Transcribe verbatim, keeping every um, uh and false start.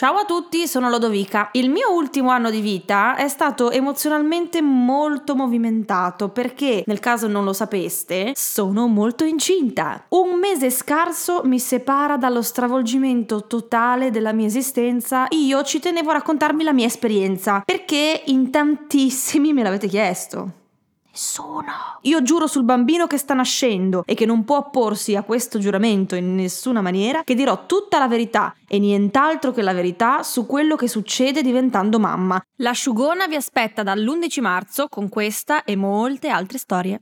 Ciao a tutti, sono Lodovica. Il mio ultimo anno di vita è stato emozionalmente molto movimentato perché, nel caso non lo sapeste, sono molto incinta. Un mese scarso mi separa dallo stravolgimento totale della mia esistenza. Io ci tenevo a raccontarmi la mia esperienza perché in tantissimi me l'avete chiesto. Nessuno. Io giuro sul bambino che sta nascendo e che non può opporsi a questo giuramento in nessuna maniera, che dirò tutta la verità e nient'altro che la verità su quello che succede diventando mamma. L'asciugona vi aspetta dall'undici marzo con questa e molte altre storie.